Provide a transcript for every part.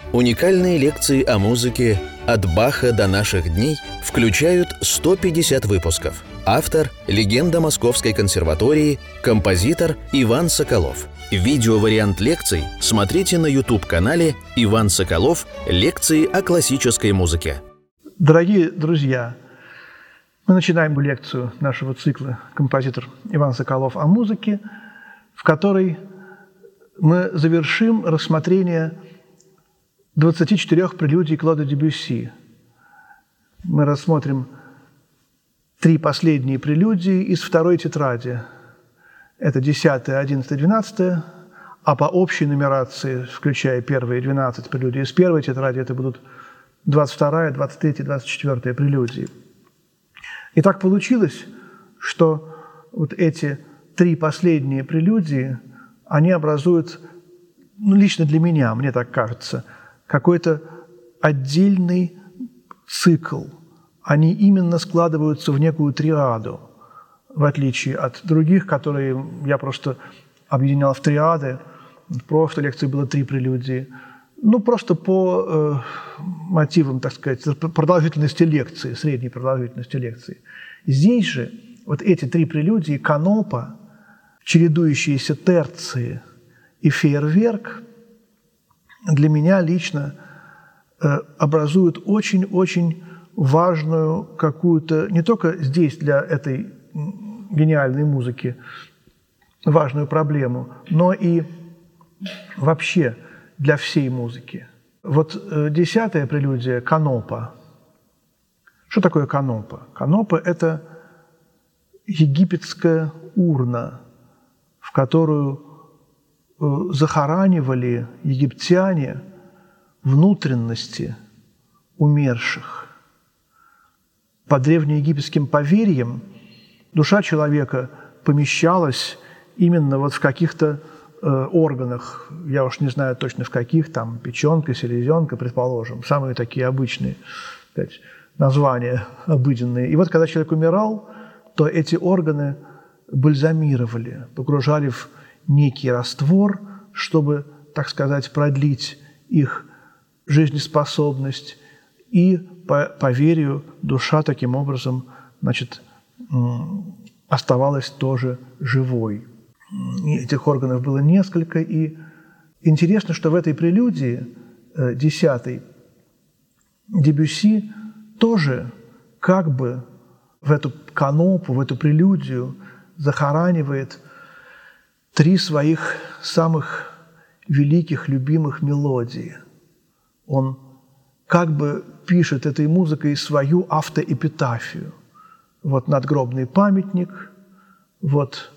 Уникальные лекции о музыке «От Баха до наших дней» включают 150 выпусков. Автор – легенда Московской консерватории, композитор Иван Соколов. Видеовариант лекций смотрите на YouTube-канале «Иван Соколов. Лекции о классической музыке». Дорогие друзья, мы начинаем лекцию нашего цикла «Композитор Иван Соколов о музыке», в которой мы завершим рассмотрение 24 прелюдий Клода Дебюсси. Мы рассмотрим 3 последние прелюдии из второй тетради. Это 10, 11, 12, а по общей нумерации, включая первые 12 прелюдий из первой тетради, это будут 22, 23, 24 прелюдии. И так получилось, что вот эти 3 последние прелюдии, они образуют, лично для меня, мне так кажется, какой-то отдельный цикл. Они именно складываются в некую триаду, в отличие от других, которые я просто объединял в триады. В прошлой лекции было 3 прелюдии. Просто по мотивам, так сказать, продолжительности лекции, средней продолжительности лекции. Здесь же вот эти 3 прелюдии, канопа, чередующиеся терции и фейерверк, для меня лично образуют очень-очень важную какую-то, не только здесь для этой гениальной музыки, важную проблему, но и вообще для всей музыки. Вот 10-я прелюдия канопа. Что такое канопа? Канопа – это египетская урна, в которую захоранивали египтяне внутренности умерших. По древнеегипетским поверьям душа человека помещалась именно вот в каких-то органах, я уж не знаю точно в каких, там печенка, селезенка, предположим, самые такие обычные, сказать, названия обыденные. И вот когда человек умирал, то эти органы бальзамировали, погружали в некий раствор, чтобы, так сказать, продлить их жизнеспособность. И, по поверью, душа таким образом, оставалась тоже живой. И этих органов было несколько. И интересно, что в этой прелюдии, 10-й, Дебюсси тоже как бы в эту канопу, в эту прелюдию захоранивает 3 своих самых великих, любимых мелодии. Он как бы пишет этой музыкой свою автоэпитафию. Вот надгробный памятник, вот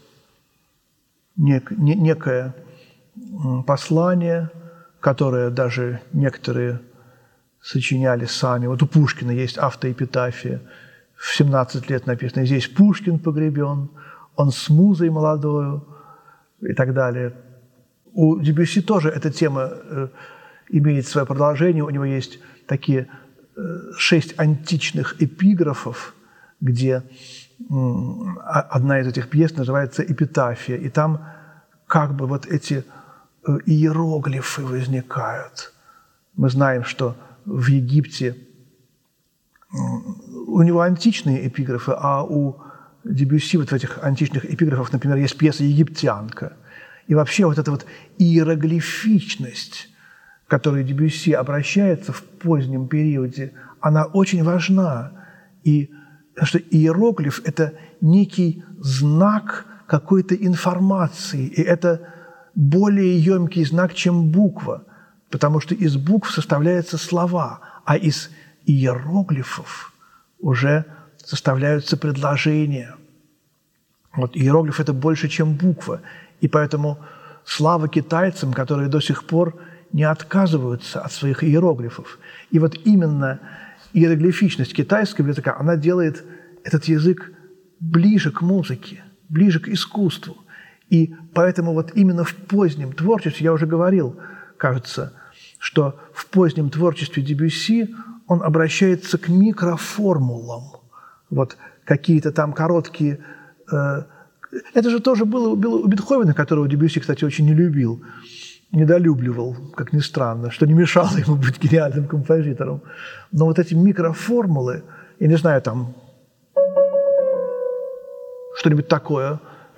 некое послание, которое даже некоторые сочиняли сами. Вот у Пушкина есть автоэпитафия. В 17 лет написано: «Здесь Пушкин погребен, он с музой молодою», и так далее. У Дебюсси тоже эта тема имеет свое продолжение. У него есть такие 6 античных эпиграфов, где одна из этих пьес называется «Эпитафия». И там как бы вот эти иероглифы возникают. Мы знаем, что в Египте у него античные эпиграфы, а у Дебюсси вот в этих античных эпиграфах, например, есть пьеса «Египтянка». И вообще вот эта вот иероглифичность, к которой Дебюсси обращается в позднем периоде, она очень важна. И потому что иероглиф – это некий знак какой-то информации, и это более емкий знак, чем буква, потому что из букв составляются слова, а из иероглифов уже составляются предложения. Вот иероглиф – это больше, чем буква. И поэтому слава китайцам, которые до сих пор не отказываются от своих иероглифов. И вот именно иероглифичность китайского языка, она делает этот язык ближе к музыке, ближе к искусству. И поэтому вот именно в позднем творчестве, я уже говорил, кажется, что в позднем творчестве Дебюсси он обращается к микроформулам. Вот какие-то там короткие... Это же тоже было у Бетховена, которого Дебюсси, кстати, очень не любил. недолюбливал, как ни странно, что не мешало ему быть гениальным композитором. Но вот эти микроформулы, я не знаю, там что-нибудь такое,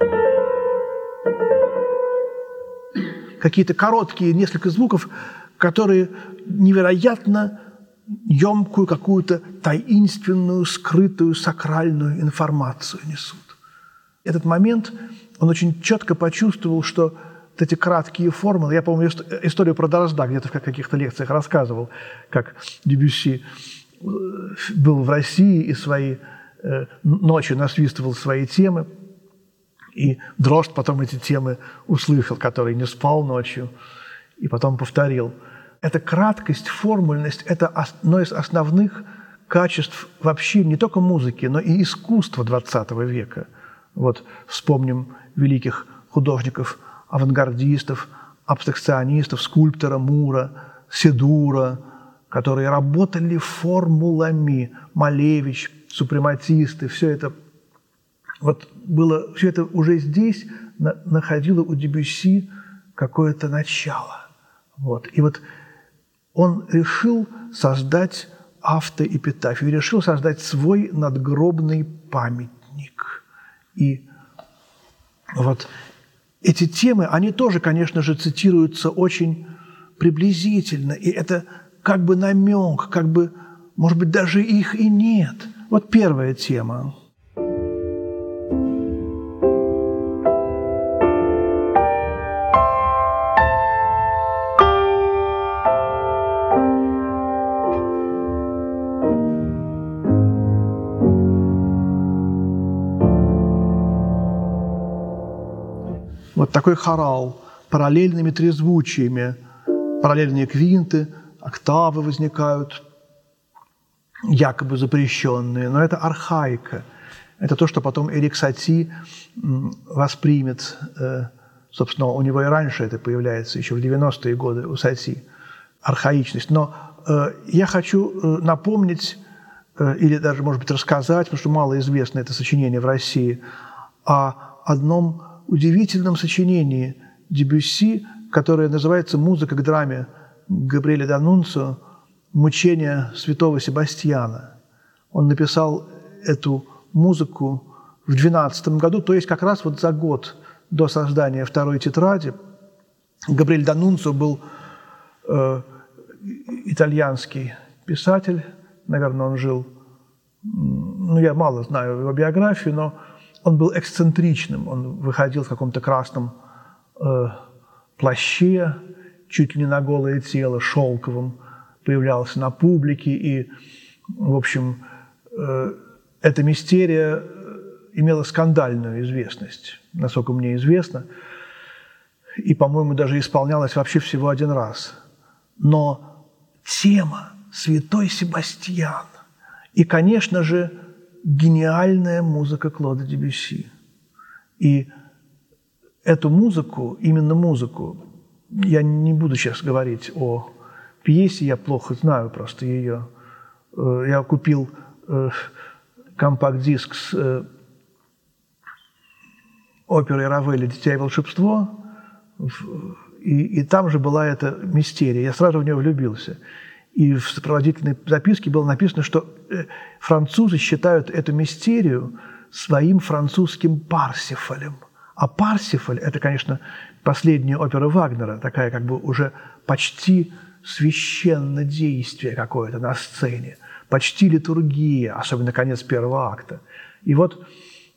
какие-то короткие несколько звуков, которые невероятно емкую какую-то таинственную, скрытую, сакральную информацию несут. Этот момент он очень четко почувствовал, что вот эти краткие формулы, я, помню, историю про Дрозда где-то в каких-то лекциях рассказывал, как Дебюсси был в России и свои ночью насвистывал свои темы, и Дрозд потом эти темы услышал, который не спал ночью, и потом повторил. Эта краткость, формульность – это одно из основных качеств вообще не только музыки, но и искусства XX века. Вот вспомним великих художников, авангардистов, абстракционистов, скульптора Мура, Седура, которые работали формулами, Малевич, супрематисты, все это вот было, все это уже здесь находило у Дебюсси какое-то начало. Вот. И вот он решил создать автоэпитафию, решил создать свой надгробный памятник. И вот эти темы, они тоже, конечно же, цитируются очень приблизительно, и это как бы намек, как бы, может быть, даже их и нет. Вот первая тема. Вот такой хорал, параллельными трезвучиями, параллельные квинты, октавы возникают, якобы запрещенные, но это архаика. Это то, что потом Эрик Сати воспримет. Собственно, у него и раньше это появляется, еще в 90-е годы у Сати, архаичность. Но я хочу напомнить, или даже, может быть, рассказать, потому что мало известно это сочинение в России, о одном удивительном сочинении Дебюсси, которое называется «Музыка к драме» Габриэля Данунцио «Мучения святого Себастьяна». Он написал эту музыку в 12 году, то есть как раз вот за год до создания второй тетради. Габриэль Данунцио был итальянский писатель, наверное, он жил, ну, я мало знаю его биографию, но он был эксцентричным, он выходил в каком-то красном плаще, чуть ли не на голое тело, шелковым, появлялся на публике, и, в общем, эта мистерия имела скандальную известность, насколько мне известно, и, по-моему, даже исполнялась вообще всего один раз. Но тема «Святой Себастьян» и, конечно же, гениальная музыка Клода Дебюсси. И эту музыку, именно музыку, я не буду сейчас говорить о пьесе, я плохо знаю просто ее. Я купил компакт-диск с оперой Равеля «Дитя и волшебство», и там же была эта мистерия. Я сразу в нее влюбился. И в сопроводительной записке было написано, что французы считают эту мистерию своим французским Парсифалем. А Парсифаль – это, конечно, последняя опера Вагнера, такая как бы уже почти священное действие какое-то на сцене, почти литургия, особенно конец первого акта. И вот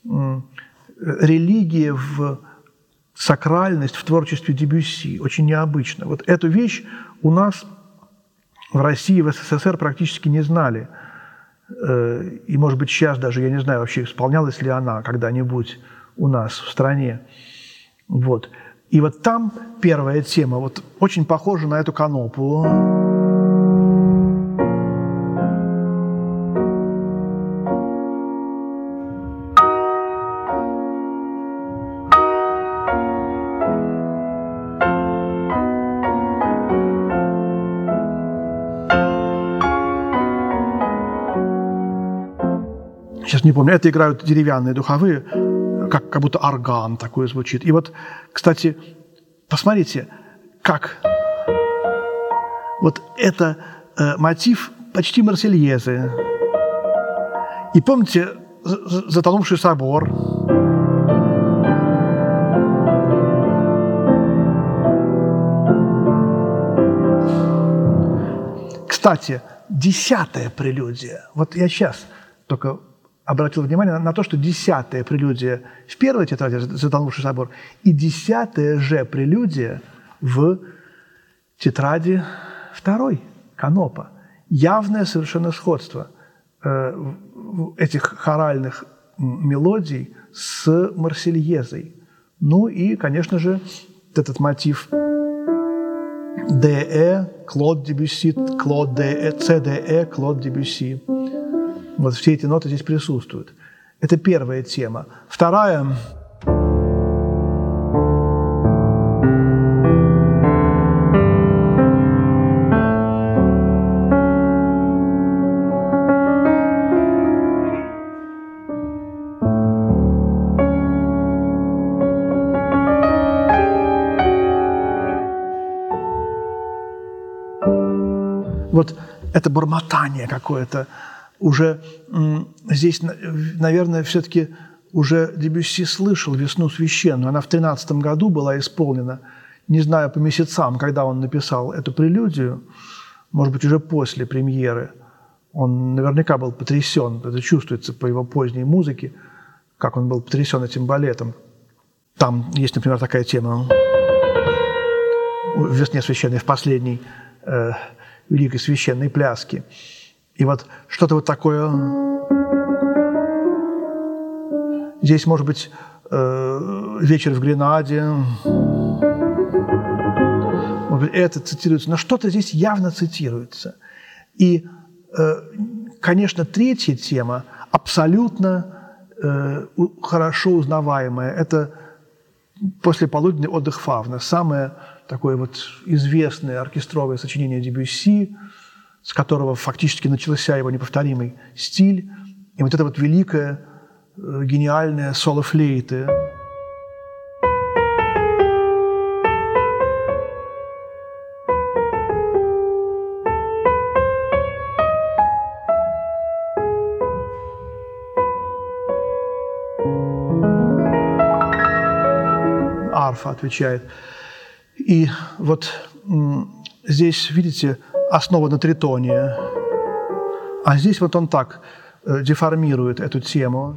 религия в сакральность в творчестве Дебюсси очень необычна. Вот эту вещь у нас в России, в СССР практически не знали. И, может быть, сейчас даже, я не знаю, вообще исполнялась ли она когда-нибудь у нас в стране. Вот. И вот там первая тема вот очень похожа на эту канопу. Сейчас не помню, это играют деревянные духовые, как будто орган такой звучит. И вот, кстати, посмотрите, как вот это мотив почти Марсельезы. И помните «Затонувший собор»? Кстати, 10-я прелюдия. Вот я сейчас только обратил внимание на то, что 10-я прелюдия в первой тетради «Затонувший собор» и 10-я же прелюдия в тетради второй «Канопа». Явное совершенно сходство этих хоральных мелодий с Марсельезой. Ну и, конечно же, этот мотив ДЭ, Клод Дебюсси, Клод ДЭ, ЦДЭ, Клод Дебюсси. Вот все эти ноты здесь присутствуют. Это первая тема. Вторая. Вот это бормотание какое-то. Уже здесь, наверное, все-таки уже Дебюсси слышал «Весну священную». Она в 13 году была исполнена. Не знаю по месяцам, когда он написал эту прелюдию, может быть, уже после премьеры. Он наверняка был потрясен, это чувствуется по его поздней музыке, как он был потрясен этим балетом. Там есть, например, такая тема в «Весне священной», в последней великой священной пляске. И вот что-то вот такое. Здесь, может быть, «Вечер в Гренаде». Может быть, это цитируется. Но что-то здесь явно цитируется. И, конечно, третья тема абсолютно хорошо узнаваемая. Это «Послеполуденный отдых Фавна». Самое такое вот известное оркестровое сочинение Дебюсси, с которого фактически начался его неповторимый стиль. И вот это вот великое, гениальное соло флейты. Арфа отвечает. И вот здесь, видите, основа на тритоне. А здесь вот он так деформирует эту тему.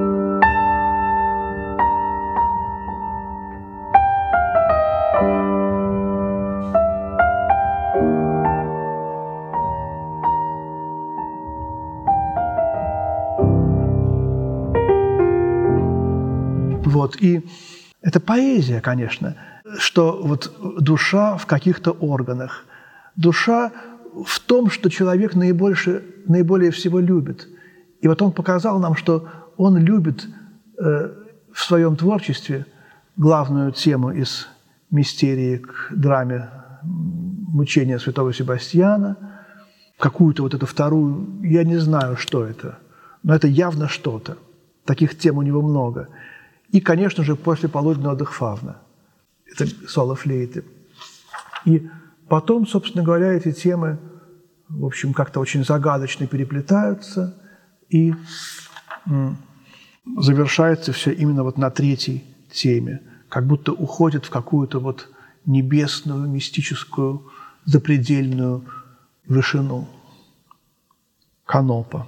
Вот, и это поэзия, конечно, что вот душа в каких-то органах. Душа в том, что человек наиболее всего любит. И вот он показал нам, что он любит в своем творчестве главную тему из «Мистерии» к драме «Мучения святого Себастьяна», какую-то вот эту вторую, я не знаю, что это, но это явно что-то. Таких тем у него много. И, конечно же, «Послеполуденный отдых Фавна». Это соло флейты. И потом, собственно говоря, эти темы, в общем, как-то очень загадочно переплетаются, и завершается все именно вот на третьей теме, как будто уходит в какую-то вот небесную, мистическую, запредельную вышину. Канопа.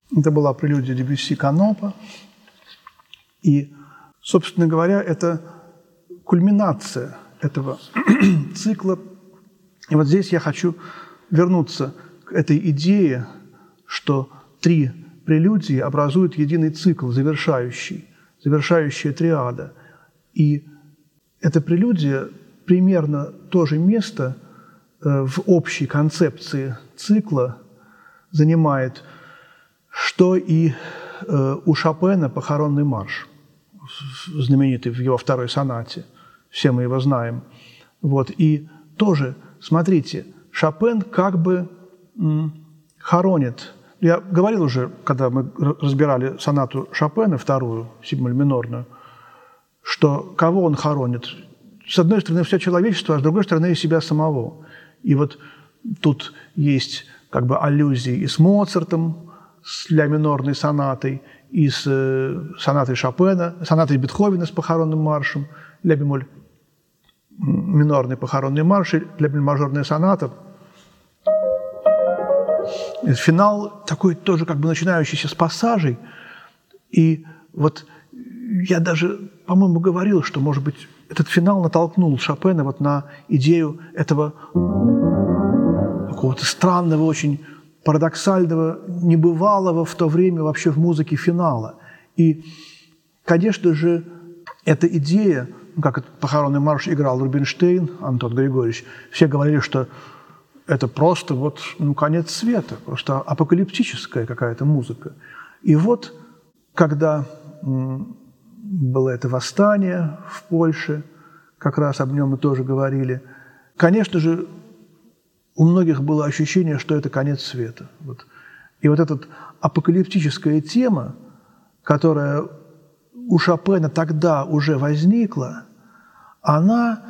Это была прелюдия Дебюсси «Канопа». И, собственно говоря, это кульминация этого цикла. И вот здесь я хочу вернуться к этой идее, что 3 прелюдии образуют единый цикл, завершающая триада. И эта прелюдия примерно то же место в общей концепции цикла занимает, что и у Шопена «Похоронный марш», знаменитый в его 2-й сонате. Все мы его знаем. Вот. И тоже, смотрите, Шопен как бы хоронит. Я говорил уже, когда мы разбирали сонату Шопена, 2-ю, си-моль минорную, что кого он хоронит? С одной стороны, все человечество, а с другой стороны, и себя самого. И вот тут есть как бы аллюзии и с Моцартом, с ля-минорной сонатой, и с сонатой Шопена, сонатой Бетховена с похоронным маршем, ля-бемоль минорный похоронный марш, ля-бемоль мажорная соната. Финал такой тоже как бы начинающийся с пассажей. И вот я даже, по-моему, говорил, что, может быть, этот финал натолкнул Шопена вот на идею этого какого-то странного, очень парадоксального, небывалого в то время вообще в музыке финала. И, конечно же, эта идея, как этот похоронный марш играл Рубинштейн, Антон Григорьевич, все говорили, что это просто вот, конец света, просто апокалиптическая какая-то музыка. И вот, когда было это восстание в Польше, как раз об нем мы тоже говорили, конечно же, у многих было ощущение, что это конец света. Вот. И вот эта апокалиптическая тема, которая у Шопена тогда уже возникла, она,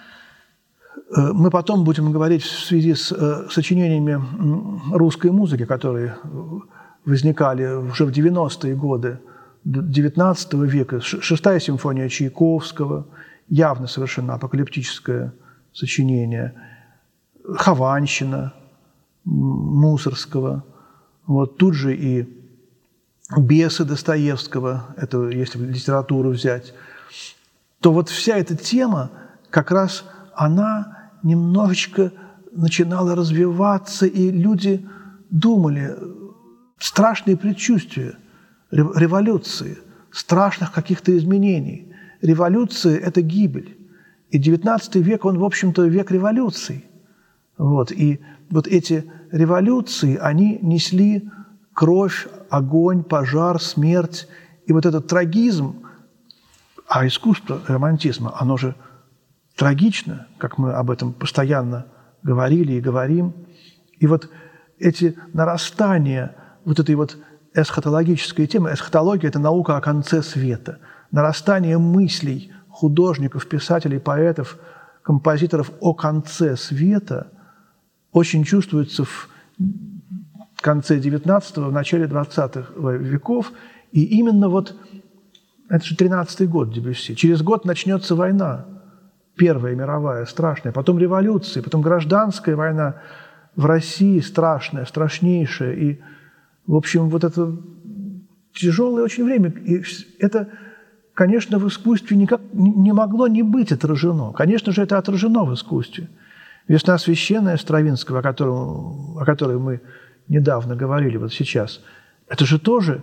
мы потом будем говорить в связи с сочинениями русской музыки, которые возникали уже в 90-е годы XIX века, 6-я симфония Чайковского, явно совершенно апокалиптическое сочинение, Хованщина Мусорского, вот тут же и «Бесы» Достоевского, это если литературу взять, то вот вся эта тема, как раз она немножечко начинала развиваться, и люди думали, страшные предчувствия революции, страшных каких-то изменений. Революция – это гибель. И XIX век, он, в общем-то, век революций. Вот. И вот эти революции, они несли кровь, огонь, пожар, смерть. И вот этот трагизм, а искусство романтизма, оно же трагично, как мы об этом постоянно говорили и говорим. И вот эти нарастания вот этой вот эсхатологической темы, эсхатология – это наука о конце света, нарастание мыслей художников, писателей, поэтов, композиторов о конце света очень чувствуется в конце XIX, в начале XX веков. И именно вот, это же 13-й год Дебюсси, через год начнется война, Первая мировая, страшная, потом революция, потом гражданская война в России, страшная, страшнейшая. И, в общем, вот это тяжелое очень время. И это, конечно, в искусстве никак не могло не быть отражено. Конечно же, это отражено в искусстве. «Весна священная» Стравинского, о которой мы недавно говорили, вот сейчас, это же тоже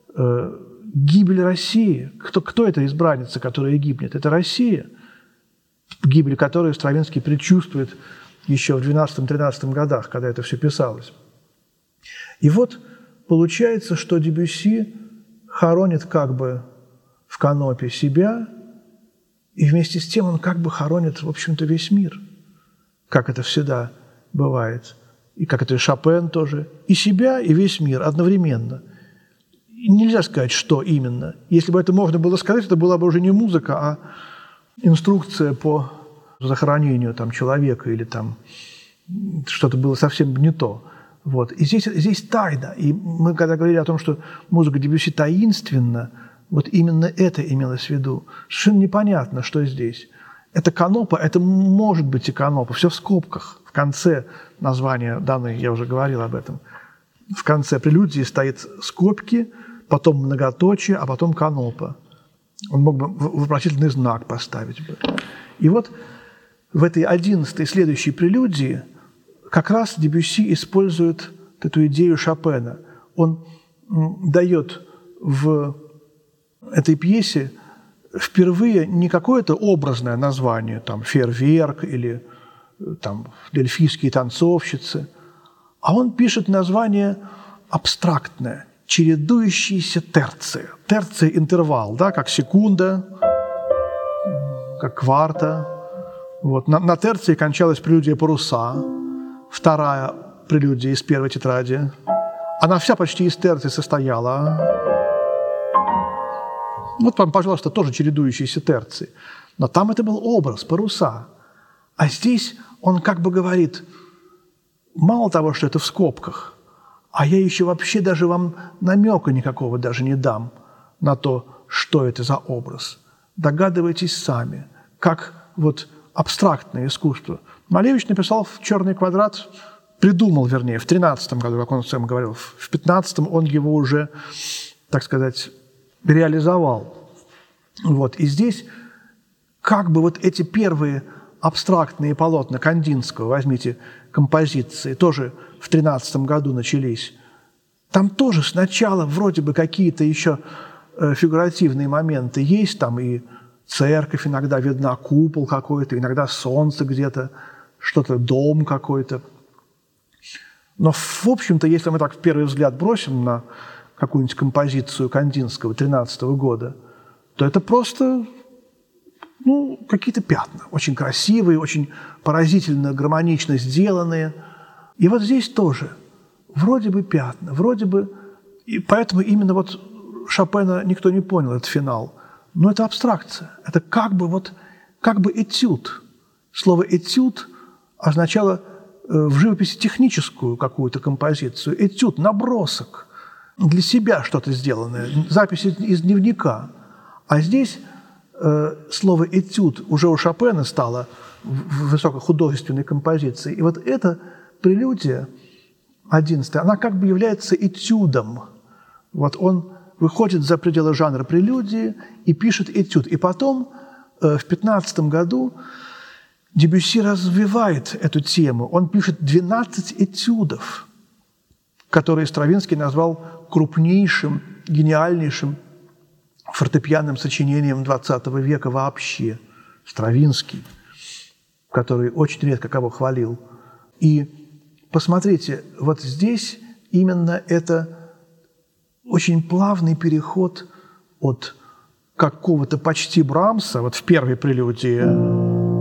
гибель России. Кто эта избранница, которая гибнет? Это Россия, гибель которой Стравинский предчувствует еще в 12-13 годах, когда это все писалось. И вот получается, что Дебюсси хоронит как бы в канопе себя, и вместе с тем он как бы хоронит, в общем-то, весь мир, как это всегда бывает, и как это и Шопен тоже, и себя, и весь мир одновременно. И нельзя сказать, что именно. Если бы это можно было сказать, это была бы уже не музыка, а инструкция по захоронению там, человека или там что-то было совсем не то. Вот. И здесь тайна. И мы, когда говорили о том, что музыка Дебюсси таинственна, вот именно это имелось в виду. Совершенно непонятно, что здесь. Это канопа, это может быть и канопа. Все в скобках. В конце названия данной, я уже говорил об этом. в конце прелюдии стоит скобки, потом многоточие, а потом канопа. Он мог бы вопросительный знак поставить бы. И вот в этой 11-й следующей прелюдии как раз Дебюсси использует эту идею Шопена. Он дает в этой пьесе впервые не какое-то образное название, там, «Фейерверк» или там, «Дельфийские танцовщицы», а он пишет название абстрактное, чередующиеся терции. Терция – интервал, да, как секунда, как кварта. Вот. На терции кончалась прелюдия «Паруса», вторая прелюдия из первой тетради. Она вся почти из терций состояла. Вот вам, пожалуйста, тоже чередующиеся терции. Но там это был образ, паруса. А здесь он как бы говорит, мало того, что это в скобках, а я еще вообще даже вам намека никакого даже не дам на то, что это за образ. Догадывайтесь сами, как вот абстрактное искусство. Малевич написал в «Черный квадрат», придумал, вернее, в 13-м году, как он сам говорил, в 15-м он его уже, так сказать, реализовал. Вот. И здесь как бы вот эти первые абстрактные полотна Кандинского, возьмите композиции, тоже в 13-м году начались. Там тоже сначала вроде бы какие-то еще фигуративные моменты есть, там и церковь иногда видна, купол какой-то, иногда солнце где-то, что-то, дом какой-то. Но, в общем-то, если мы так в первый взгляд бросим на какую-нибудь композицию Кандинского 13-го года, то это просто какие-то пятна, очень красивые, очень поразительно, гармонично сделанные. И вот здесь тоже вроде бы пятна, вроде бы... И поэтому именно вот Шопена никто не понял, этот финал. Но это абстракция, это как бы этюд. Слово «этюд» означало в живописи техническую какую-то композицию. Этюд, набросок, для себя что-то сделанное, запись из дневника. А здесь слово «этюд» уже у Шопена стало в высокохудожественной композиции. И вот эта прелюдия 11-я, она как бы является этюдом. Вот он выходит за пределы жанра прелюдии и пишет этюд. И потом, в 15 году, Дебюсси развивает эту тему. Он пишет 12 этюдов, которые Стравинский назвал крупнейшим, гениальнейшим фортепианным сочинением XX века вообще. Стравинский, который очень редко кого хвалил. И посмотрите, вот здесь именно это очень плавный переход от какого-то почти Брамса, вот в первой прелюдии,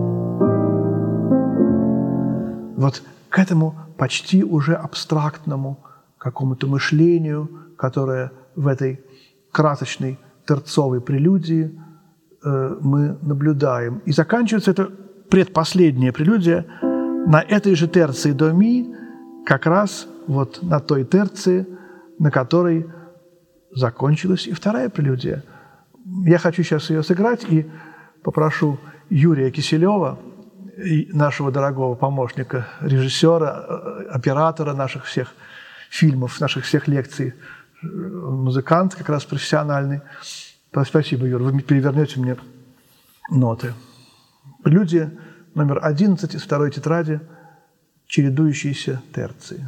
вот к этому почти уже абстрактному какому-то мышлению, которое в этой красочной терцовой прелюдии мы наблюдаем. И заканчивается эта предпоследняя прелюдия на этой же терции до ми, как раз вот на той терции, на которой закончилась и вторая прелюдия. Я хочу сейчас ее сыграть и попрошу Юрия Киселева, нашего дорогого помощника, режиссера, оператора наших всех фильмов, наших всех лекций, музыкант как раз профессиональный. Спасибо, Юра, вы перевернете мне ноты. Прелюдия номер 11 из второй тетради «Чередующиеся терции».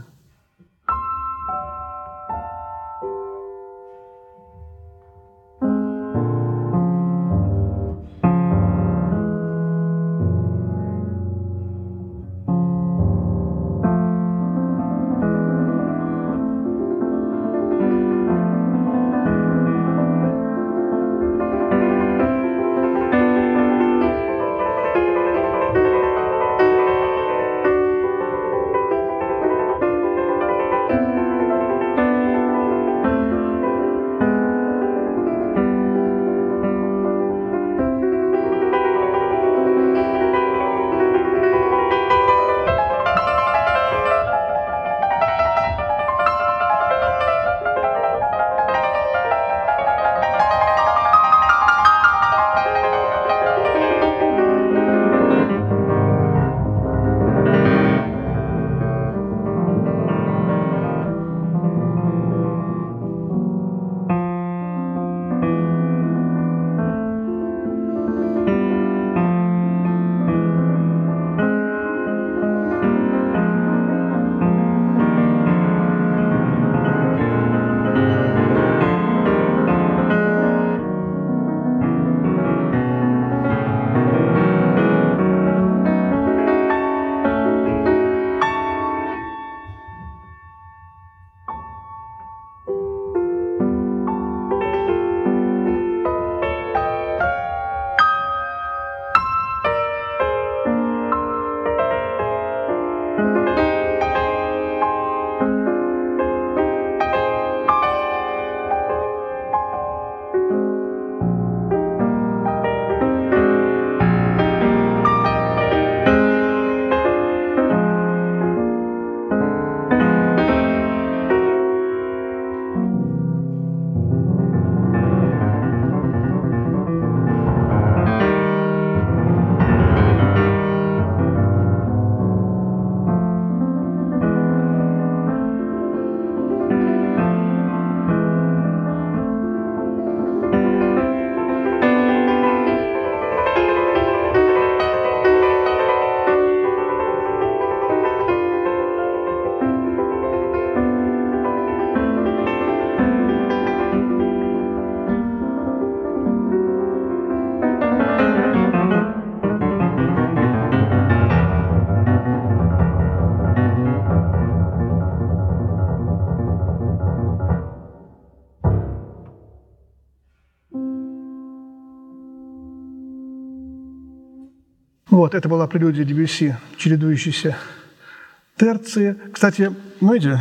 Вот, это была прелюдия Дебюсси, чередующиеся терции. Кстати, знаете,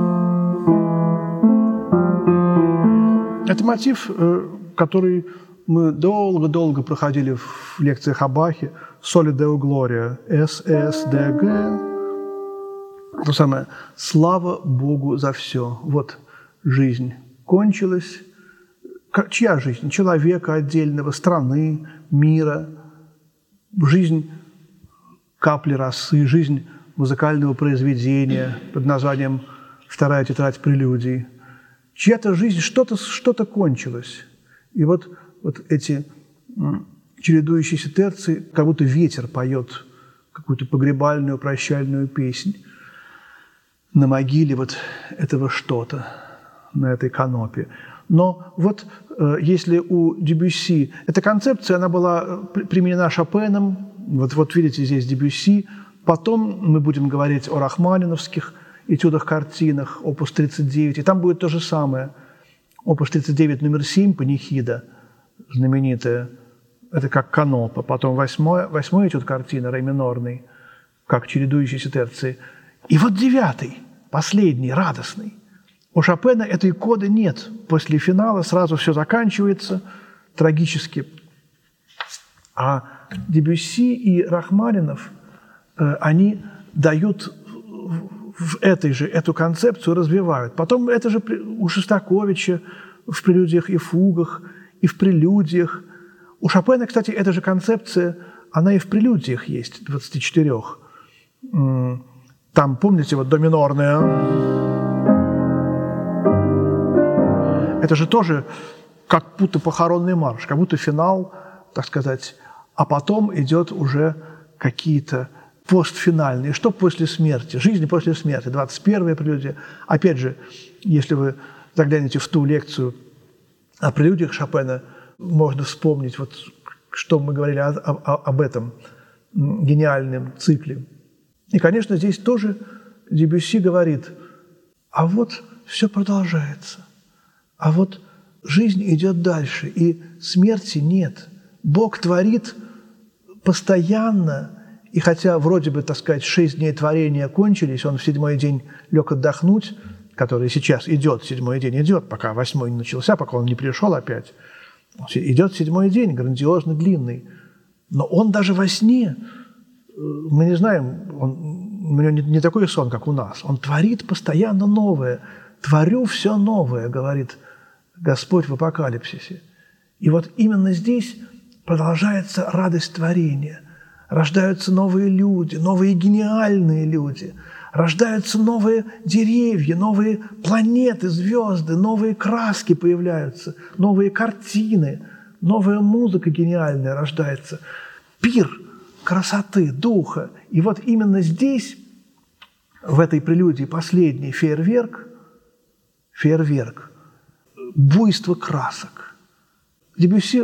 это мотив, который мы долго-долго проходили в лекциях о Бахе. «Соли Део Глория», ССДГ. То самое «Слава Богу за все». Вот жизнь кончилась. Чья жизнь? Человека отдельного, страны, мира. Жизнь капли росы, жизнь музыкального произведения под названием «Вторая тетрадь прелюдий». Чья-то жизнь, что-то кончилось. И вот эти чередующиеся терции, как будто ветер поет какую-то погребальную, прощальную песнь на могиле вот этого что-то, на этой канопе. Но вот если у Дебюсси эта концепция, она была применена Шопеном, вот видите здесь Дебюсси, потом мы будем говорить о рахманиновских этюдах-картинах, опус 39, и там будет то же самое. Опус 39 номер 7, панихида, знаменитая, это как канопа, потом восьмой этюд картины, ре минорный, как чередующиеся терции. И вот 9, последний, радостный. У Шопена этой коды нет. После финала сразу все заканчивается трагически. А Дебюсси и Рахманинов, они дают эту концепцию, развивают. Потом это же у Шостаковича в прелюдиях и фугах, и в прелюдиях. У Шопена, кстати, эта же концепция, она и в прелюдиях есть, 24. Там, помните, вот до минорная. Это же тоже как будто похоронный марш, как будто финал, так сказать, а потом идет уже какие-то постфинальные. Что после смерти? Жизнь после смерти. 21-я прелюдия. Опять же, если вы заглянете в ту лекцию о прелюдиях Шопена, можно вспомнить, вот, что мы говорили об этом гениальном цикле. И, конечно, здесь тоже Дебюсси говорит, а вот все продолжается, а вот жизнь идет дальше, и смерти нет. Бог творит постоянно, и хотя вроде бы, так сказать, 6 дней творения кончились, он в 7-й день лег отдохнуть, который сейчас идет, 7-й день идет, пока 8-й не начался, пока он не пришел опять. Идет 7-й день, грандиозно длинный. Но он даже во сне, мы не знаем, у него не такой сон, как у нас. Он творит постоянно новое. «Творю все новое», говорит Господь в Апокалипсисе. И вот именно здесь продолжается радость творения. Рождаются новые люди, новые гениальные люди. Рождаются новые деревья, новые планеты, звезды, новые краски появляются, новые картины, новая музыка гениальная рождается. Пир красоты, духа. И вот именно здесь, в этой прелюдии, последний фейерверк, буйство красок. Дебюсси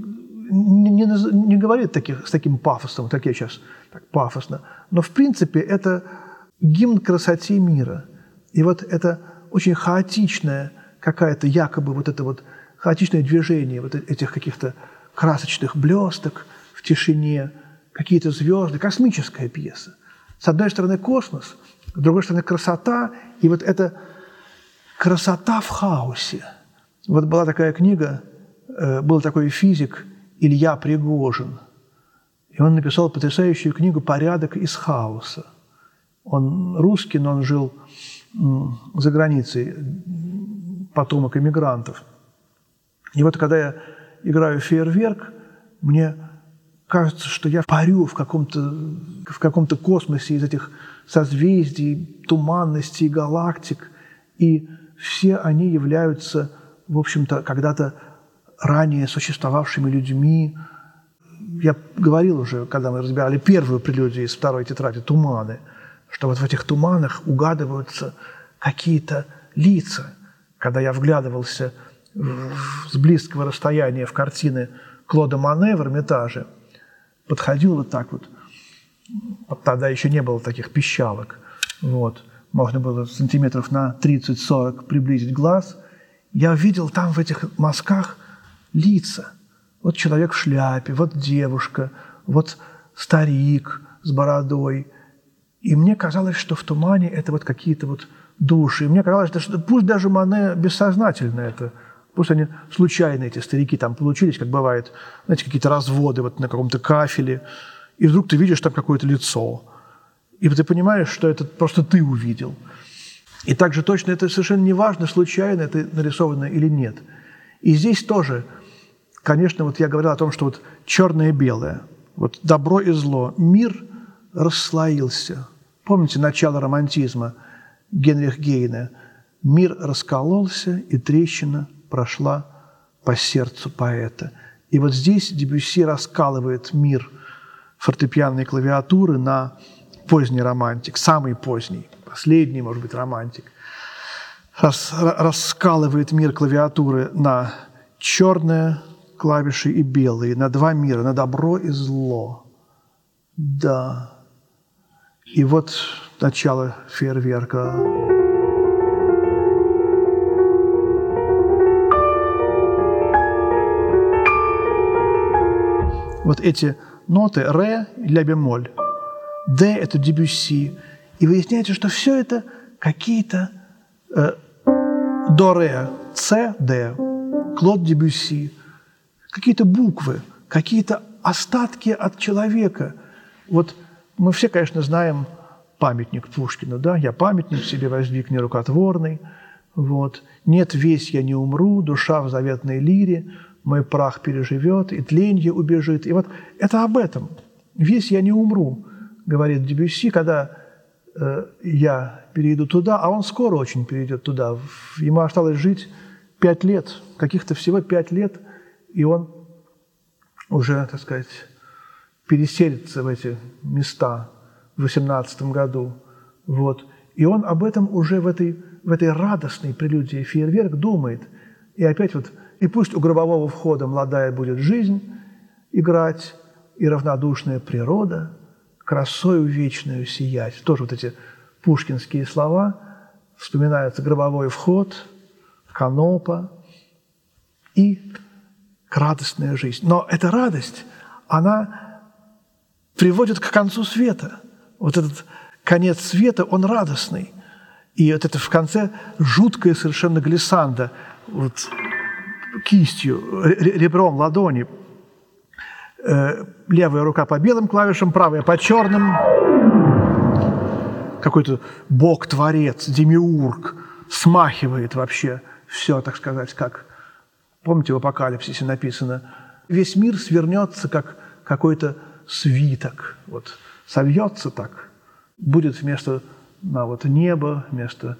не говорит с таким пафосом, как я сейчас, так пафосно, но в принципе это гимн красоте мира. И вот это очень хаотичное какая-то якобы вот это вот хаотичное движение вот этих каких-то красочных блесток в тишине, какие-то звезды, космическая пьеса. С одной стороны космос, с другой стороны красота, и вот эта красота в хаосе. Вот была такая книга, был такой физик Илья Пригожин, и он написал потрясающую книгу «Порядок из хаоса». Он русский, но он жил за границей, потомок эмигрантов. И вот когда я играю в фейерверк, мне кажется, что я парю в каком-то космосе из этих созвездий, туманностей, галактик, и все они являются, в общем-то, когда-то ранее существовавшими людьми. Я говорил уже, когда мы разбирали первую прелюдию из 2-й тетради «Туманы», что вот в этих туманах угадываются какие-то лица. Когда я вглядывался с близкого расстояния в картины Клода Мане в Эрмитаже, подходил вот так вот. Тогда еще не было таких пищалок. Вот. Можно было сантиметров на 30-40 приблизить глаз. Я видел там в этих мазках лица. Вот человек в шляпе, вот девушка, вот старик с бородой. И мне казалось, что в тумане это вот какие-то вот души. И мне казалось, что пусть даже Мане бессознательно это, пусть они случайно, эти старики, там получились, как бывает, знаете, какие-то разводы вот на каком-то кафеле, и вдруг ты видишь там какое-то лицо. И ты понимаешь, что это просто ты увидел. И также точно это совершенно не важно, случайно это нарисовано или нет. И здесь тоже, конечно, вот я говорил о том, что вот черное и белое, вот добро и зло, мир расслоился. Помните начало романтизма Генрих Гейне? Мир раскололся, и трещина прошла по сердцу поэта. И вот здесь Дебюсси раскалывает мир фортепианной клавиатуры на поздний романтик, самый поздний, последний, может быть, романтик. Раскалывает мир клавиатуры на черные клавиши и белые, на два мира, на добро и зло. Да. И вот начало фейерверка. Вот эти ноты ре, ля бемоль, д – это Дебюсси. И выясняется, что все это какие-то до ре, с, д, Клод Дебюсси, какие-то буквы, какие-то остатки от человека. Вот мы все, конечно, знаем памятник Пушкину, да? «Я памятник себе воздвиг нерукотворный», вот. «Нет, весь я не умру, душа в заветной лире, мой прах переживет, и тленье убежит». И вот это об этом. «Весь я не умру», говорит Дебюсси, когда я перейду туда, а он скоро очень перейдет туда. Ему осталось жить 5 лет, каких-то всего 5 лет, и он уже, так сказать, переселится в эти места в 18 году. Вот. И он об этом уже в этой радостной прелюдии «Фейерверк» думает. И опять вот, и пусть у гробового входа молодая будет жизнь играть, и равнодушная природа красою вечную сиять. Тоже вот эти пушкинские слова. Вспоминается гробовой вход, канопа и радостная жизнь. Но эта радость, она приводит к концу света. Вот этот конец света, он радостный. И вот это в конце жуткая совершенно глиссанда, вот кистью, ребром ладони. Левая рука по белым клавишам, правая по черным. Какой-то бог-творец, демиург, смахивает вообще все, так сказать, как, помните, в «Апокалипсисе» написано, весь мир свернется, как какой-то свиток, вот, совьется так, будет вместо вот, неба, вместо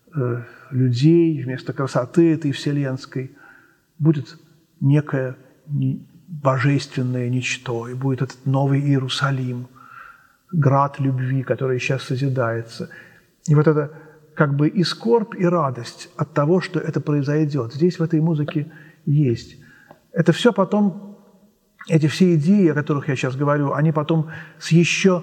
людей, вместо красоты этой вселенской, будет некое божественное ничто, и будет этот новый Иерусалим, град любви, который сейчас созидается. И вот это как бы и скорбь, и радость от того, что это произойдет. Здесь в этой музыке есть. Это все потом, эти все идеи, о которых я сейчас говорю, они потом с еще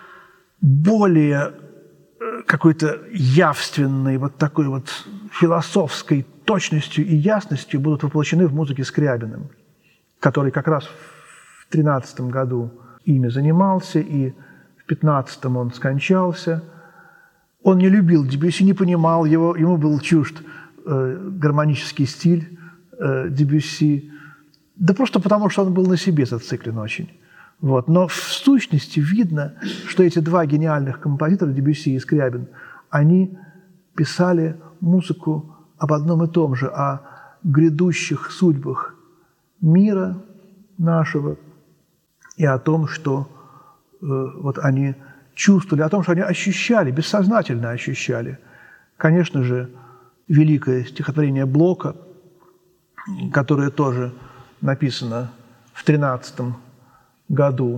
более какой-то явственной, вот такой вот философской точностью и ясностью будут воплощены в музыке Скрябиным, который как раз в 13 году ими занимался, и в 15-м он скончался. Он не любил Дебюсси, не понимал его, ему был чужд гармонический стиль Дебюсси, да просто потому, что он был на себе зациклен очень. Вот. Но в сущности видно, что эти два гениальных композитора, Дебюсси и Скрябин, они писали музыку об одном и том же, о грядущих судьбах мира нашего и о том, что вот они чувствовали, о том, что они ощущали, бессознательно ощущали. Конечно же, великое стихотворение Блока, которое тоже написано в 13 году,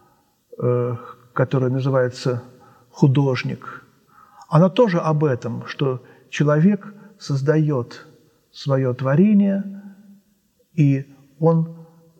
которое называется «Художник», оно тоже об этом, что человек создает свое творение, и он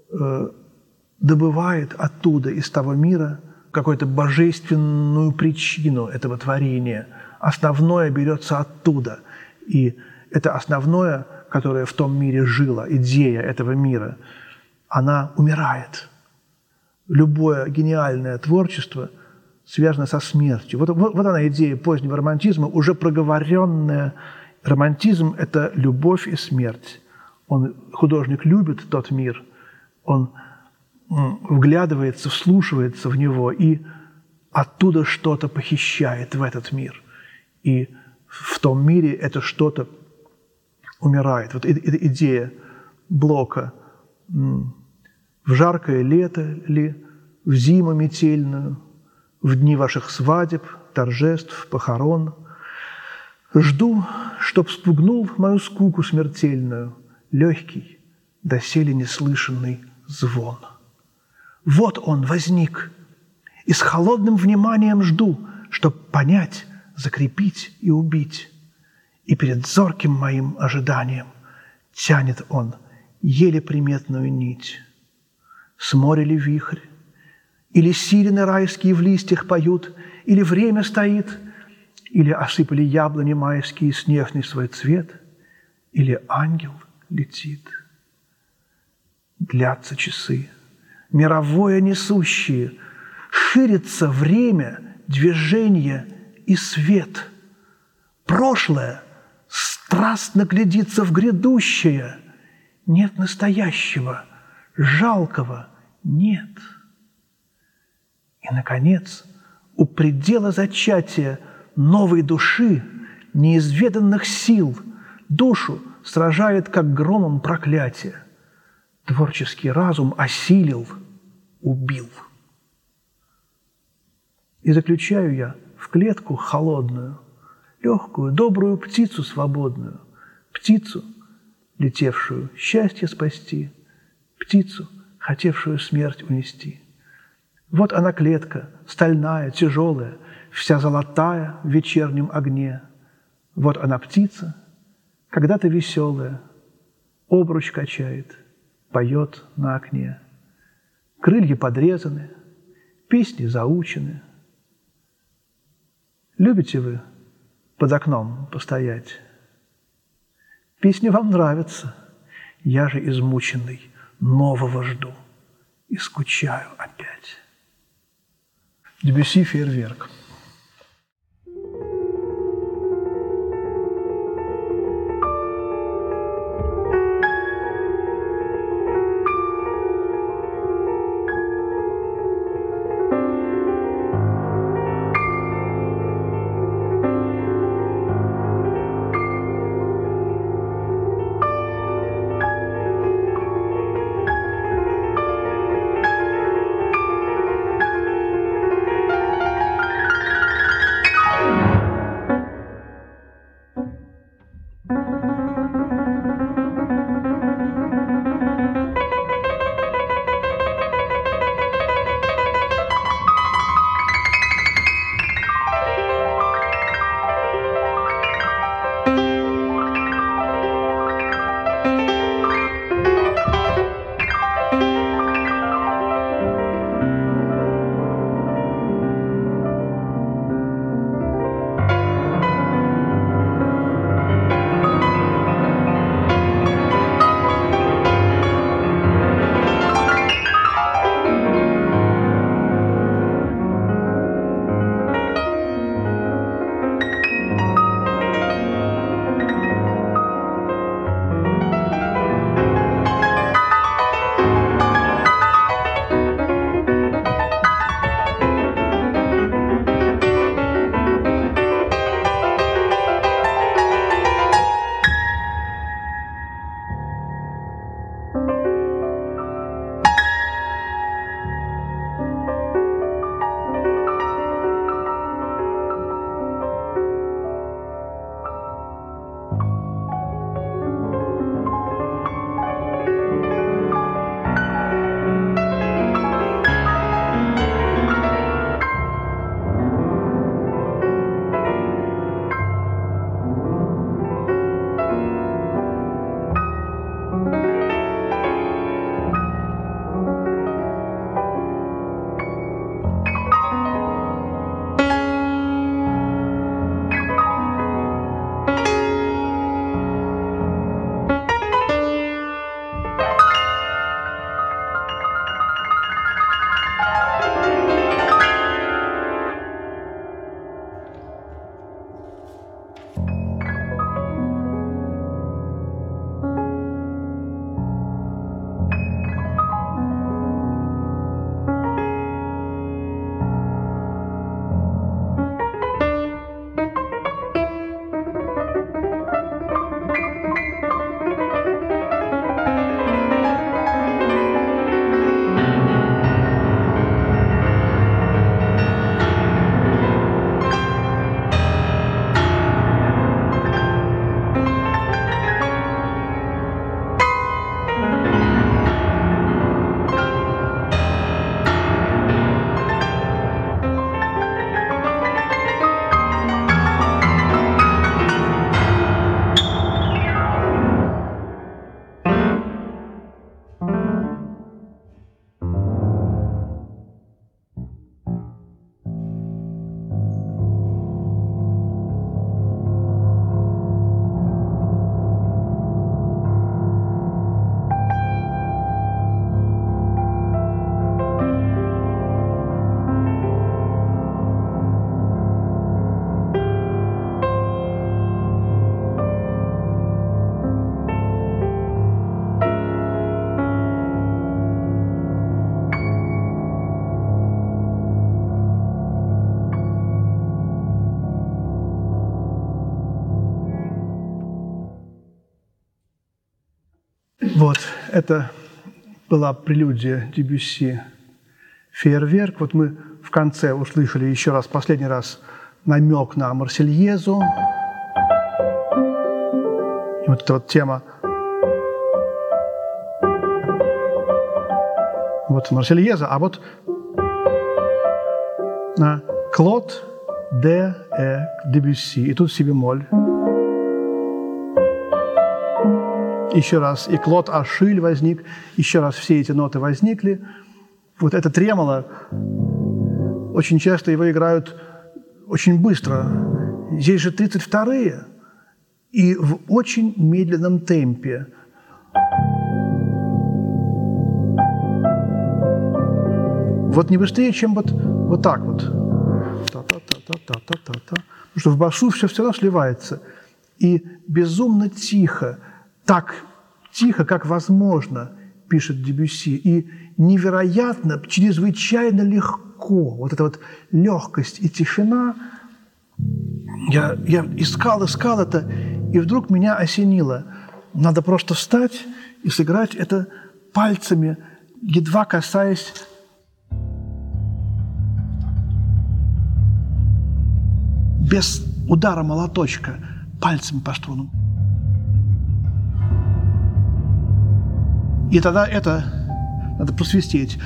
добывает оттуда, из того мира, какую-то божественную причину этого творения. Основное берется оттуда. И это основное, которое в том мире жило, идея этого мира, она умирает. любое гениальное творчество связано со смертью. Вот она идея позднего романтизма, уже проговоренная. Романтизм – это любовь и смерть. Художник любит тот мир, он вглядывается, вслушивается в него и оттуда что-то похищает в этот мир. И в том мире это что-то умирает. Вот эта идея Блока в жаркое лето ли, в зиму метельную, в дни ваших свадеб, торжеств, похорон. Жду, чтоб спугнул мою скуку смертельную легкий, доселе неслышанный звон. Вот он возник, и с холодным вниманием жду, чтоб понять, закрепить и убить. И перед зорким моим ожиданием тянет он еле приметную нить. С моря ли вихрь, или сирены райские в листьях поют, или время стоит, или осыпали яблони майские снежный свой цвет, или ангел летит. Длятся часы, мировое несущие, ширится время, движение и свет. Прошлое страстно глядится в грядущее. Нет настоящего, жалкого нет. И, наконец, у предела зачатия новой души, неизведанных сил, душу сражает, как громом проклятие. Творческий разум осилил, убил. И заключаю я в клетку холодную, легкую, добрую птицу свободную, птицу, летевшую счастье спасти, птицу, хотевшую смерть унести. Вот она клетка, стальная, тяжелая, вся золотая в вечернем огне. Вот она птица, когда-то веселая, обруч качает, поет на окне. Крылья подрезаны, песни заучены. Любите вы под окном постоять? Песня вам нравится, я же измученный нового жду и скучаю опять. Дебюсси «Фейерверк». Вот, это была прелюдия Дебюсси «Фейерверк». Вот мы в конце услышали еще раз, последний раз, намек на Марсельезу. И вот эта вот тема. Вот Марсельеза, а вот на Клод де Дебюсси. И тут си бемоль. Еще раз и Клод Ашиль возник, еще раз все эти ноты возникли. Вот это тремоло, очень часто его играют очень быстро. Здесь же 32-е и в очень медленном темпе. Вот не быстрее, чем вот так вот. Та-та-та-та-та-та-та. Потому что в басу все равно сливается. И безумно тихо, так тихо, как возможно, пишет Дебюсси, и невероятно, чрезвычайно легко. Вот эта вот легкость и тишина. Я искал это, и вдруг меня осенило. Надо просто встать и сыграть это пальцами, едва касаясь без удара молоточка, пальцами по струнам. И тогда это надо просвистеть.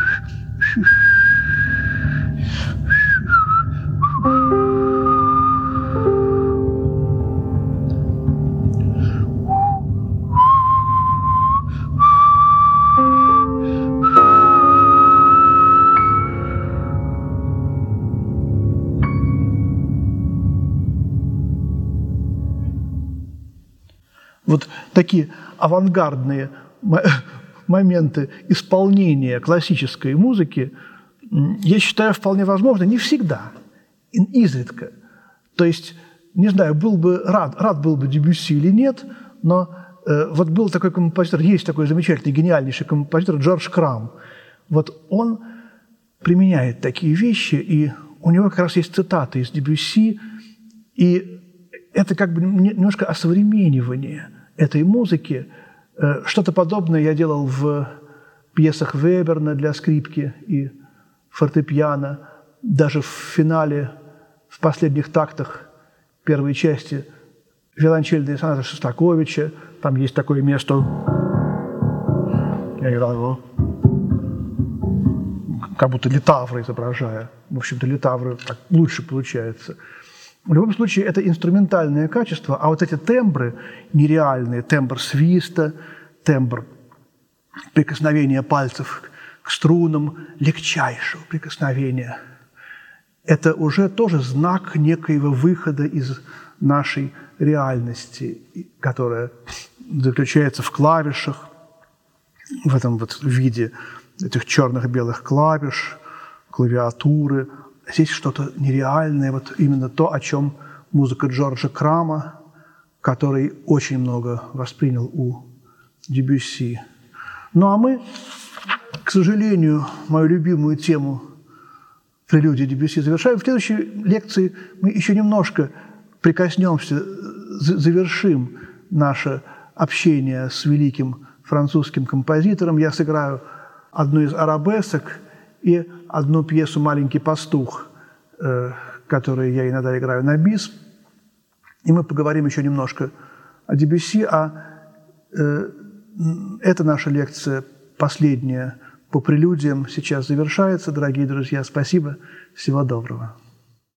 Вот такие авангардные моменты исполнения классической музыки, я считаю, вполне возможно, не всегда, изредка. То есть, не знаю, был бы рад был бы Дебюсси или нет, но вот был такой композитор, есть такой замечательный, гениальнейший композитор Джордж Крам. Вот он применяет такие вещи, и у него как раз есть цитаты из Дебюсси, и это как бы немножко осовременивание этой музыки. Что-то подобное я делал в пьесах Веберна для скрипки и фортепиано. Даже в финале, в последних тактах первой части виолончельные сонаты Шостаковича. Там есть такое место. Я играл его, как будто литавры изображая. В общем-то, литавры так лучше получается. В любом случае, это инструментальное качество, а вот эти тембры нереальные, тембр свиста, тембр прикосновения пальцев к струнам, легчайшего прикосновения, это уже тоже знак некоего выхода из нашей реальности, которая заключается в клавишах, в этом вот виде этих черных и белых клавиш, клавиатуры. Здесь что-то нереальное, вот именно то, о чем музыка Джорджа Крама, который очень много воспринял у Дебюсси. Ну а мы, к сожалению, мою любимую тему прелюдии Дебюсси завершаем. В следующей лекции мы еще немножко прикоснемся, завершим наше общение с великим французским композитором. Я сыграю одну из арабесок и одну пьесу «Маленький пастух», которую я иногда играю на бис. И мы поговорим еще немножко о Дебюсси, эта наша лекция, последняя по прелюдиям, сейчас завершается. Дорогие друзья, спасибо, всего доброго.